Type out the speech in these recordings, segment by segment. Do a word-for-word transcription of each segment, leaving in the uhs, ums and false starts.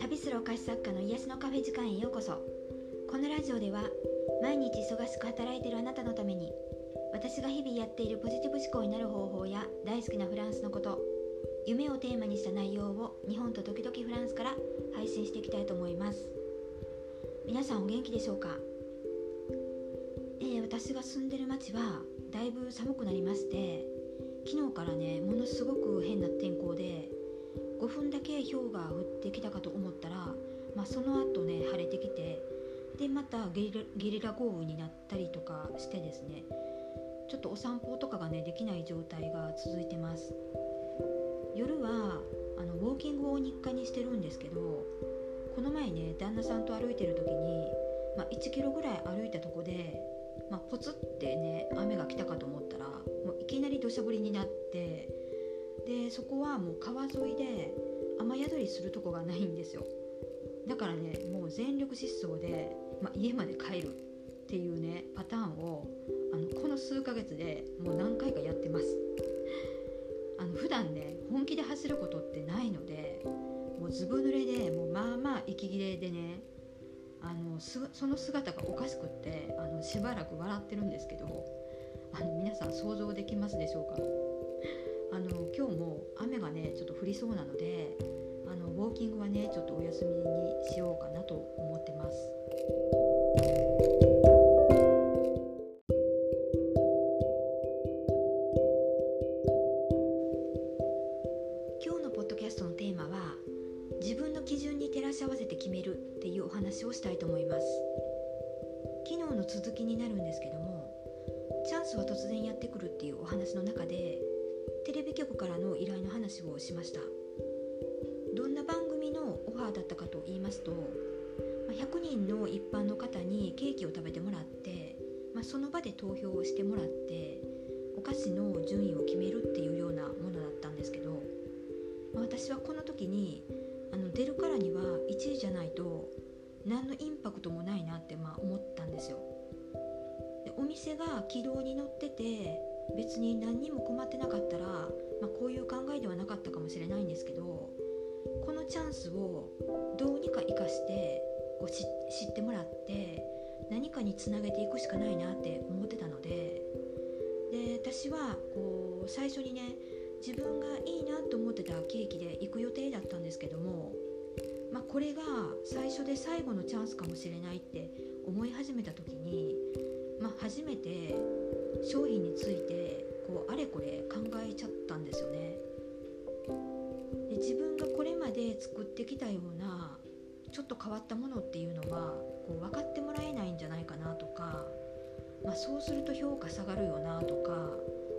旅するお菓子作家の癒しのカフェ時間へようこそ。このラジオでは毎日忙しく働いているあなたのために、私が日々やっているポジティブ思考になる方法や大好きなフランスのこと、夢をテーマにした内容を日本と時々フランスから配信していきたいと思います。皆さんお元気でしょうか？えー、私が住んでる町はだいぶ寒くなりまして、昨日からねものすごく変な天候でごふんだけ氷が降ってきたかと思ったら、まあ、その後ね晴れてきて、でまたゲリラ、ゲリラ豪雨になったりとかしてですね、ちょっとお散歩とかがねできない状態が続いてます。夜はあのウォーキングを日課にしてるんですけど、この前ね旦那さんと歩いてる時に、まあ、いちキロぐらい歩いたとこで、まあ、ポツってね雨が来たかと思ったら、もういきなり土砂降りになって、でそこはもう川沿いで雨宿りするとこがないんですよ。だからねもう全力疾走で、まあ、家まで帰るっていうねパターンをあのこの数ヶ月でもう何回かやってます。あの普段ね本気で走ることってないので、もうずぶ濡れでもうまあまあ息切れでね、あのその姿がおかしくってあのしばらく笑ってるんですけど、あの皆さん想像できますでしょうか？あの今日も雨がねちょっと降りそうなので、あのウォーキングはねちょっとお休みにしようかなと思ってます。今日のポッドキャストのテーマは、自分の基準に照らし合わせて決めるっていうお話をしたいと思います。昨日の続きになるんですけども、チャンスは突然やってくるっていうお話の中で、テレビ局からの依頼の話をしました。どんな番組のオファーだったかと言いますと、ひゃくにんの一般の方にケーキを食べてもらって、まあ、その場で投票をしてもらってお菓子の順位を決めるっていうようなものだったんですけど、まあ、私はこの時にあの出るからにはいちいじゃないと何のインパクトもないなってまあ思ったんですよ。でお店が軌道に乗ってて別に何にも困ってなかったら、まあ、こういう考えではなかったかもしれないんですけど、このチャンスをどうにか生かしてこう知ってもらって何かにつなげていくしかないなって思ってたので、で私はこう最初にね自分がいいなと思ってたケーキで行く予定だったんですけども、まあ、これが最初で最後のチャンスかもしれないって思い始めた時に、まあ、初めて商品についてこうあれこれ考えちゃったんですよね。で自分がこれまで作ってきたようなちょっと変わったものっていうのはこう分かってもらえないんじゃないかなとか、まあ、そうすると評価下がるよなとか、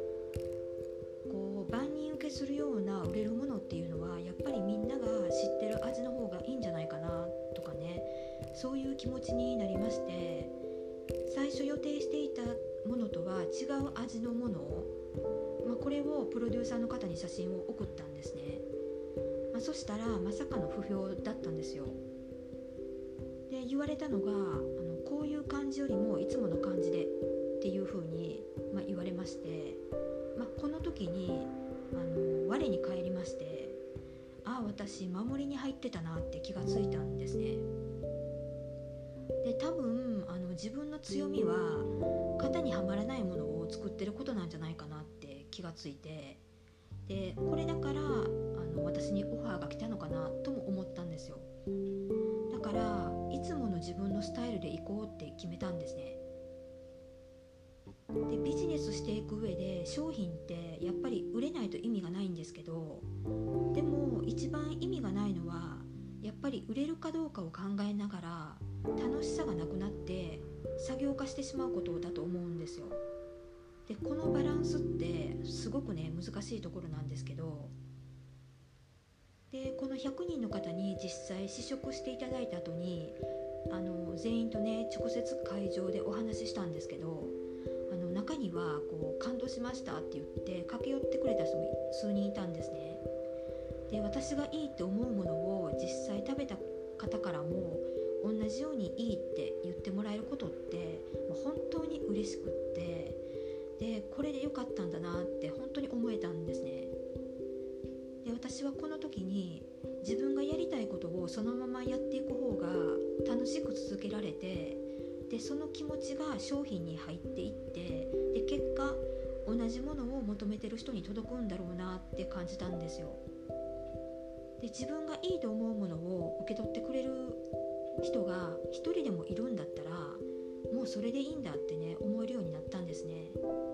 こう万人受けするような売れるものっていうのはやっぱりみんなが知ってる味の方がいいんじゃないかなとかね、そういう気持ちになりまして、最初予定していたものとは違う味のものを、まあ、これをプロデューサーの方に写真を送ったんですね。まあ、そしたらまさかの不評だったんですよ。で言われたのが、あのこういう感じよりもいつもの感じでっていう風に、まあ、言われまして、まあ、この時にあの我に返りまして、ああ私守りに入ってたなって気がついたんですね。で多分あの自分の強みは型にはまらないものを作ってることなんじゃないかなって気がついて、でこれだからあの私にオファーが来たのかなとも思ったんですよ。だからいつもの自分のスタイルで行こうって決めたんですね。でビジネスしていく上で商品ってやっぱり売れないと意味がないんですけど、でも一番意味がないのはやっぱり売れるかどうかを考えながら楽しさがなくなって作業化してしまうことだと思うんですよ。でこのバランスってすごくね難しいところなんですけど、でこのひゃくにんの方に実際試食していただいた後にあの全員とね直接会場でお話ししたんですけど、あの中にはこう感動しましたって言って駆け寄ってくれた人も数人いたんですね。で私がいいって思うものを実際食べた方からも同じようにいいって言ってもらえることって本当に嬉しくって、でこれで良かったんだなって本当に思えたんですね。で私はこの時に自分がやりたいことをそのままやっていく方が楽しく続けられて、でその気持ちが商品に入っていって、で結果同じものを求めてる人に届くんだろうなって感じたんですよ。で自分がいいと思うものを受け取ってくれる人が一人でもいるんだったら、もうそれでいいんだってね思えるようになったんですね。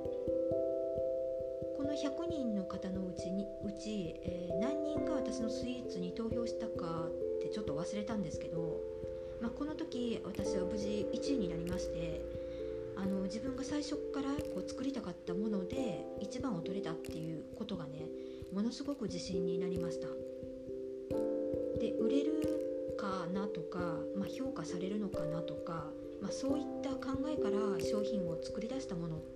このひゃくにんの方のうちにうち、えー、何人が私のスイーツに投票したかってちょっと忘れたんですけど、まあ、この時私は無事いちいになりまして、あの自分が最初からこう作りたかったものでいちばんを取れたっていうことがね、ものすごく自信になりました。で売れるかなとか、まあ、評価されるのかなとか、まあ、そういった考えから商品を作り出したものって、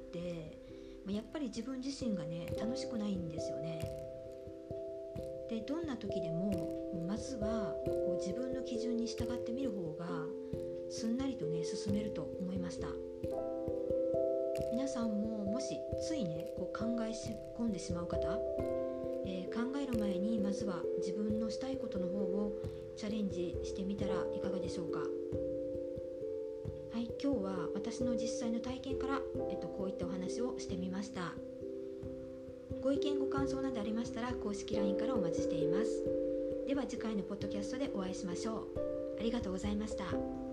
まあ、やっぱり自分自身がね楽しくないんですよね。でどんな時でもまずはこう自分の基準に従ってみる方がすんなりとね進めると思いました。皆さんももしついねこう考え込んでしまう方、えー、考える前にまずは自分のしたいことの方をチャレンジしてみたらいかがでしょうか。はい、今日は私の実際の体験から、えっと、こういったお話をしてみました。ご意見ご感想などありましたら公式 ライン からお待ちしています。では次回のポッドキャストでお会いしましょう。ありがとうございました。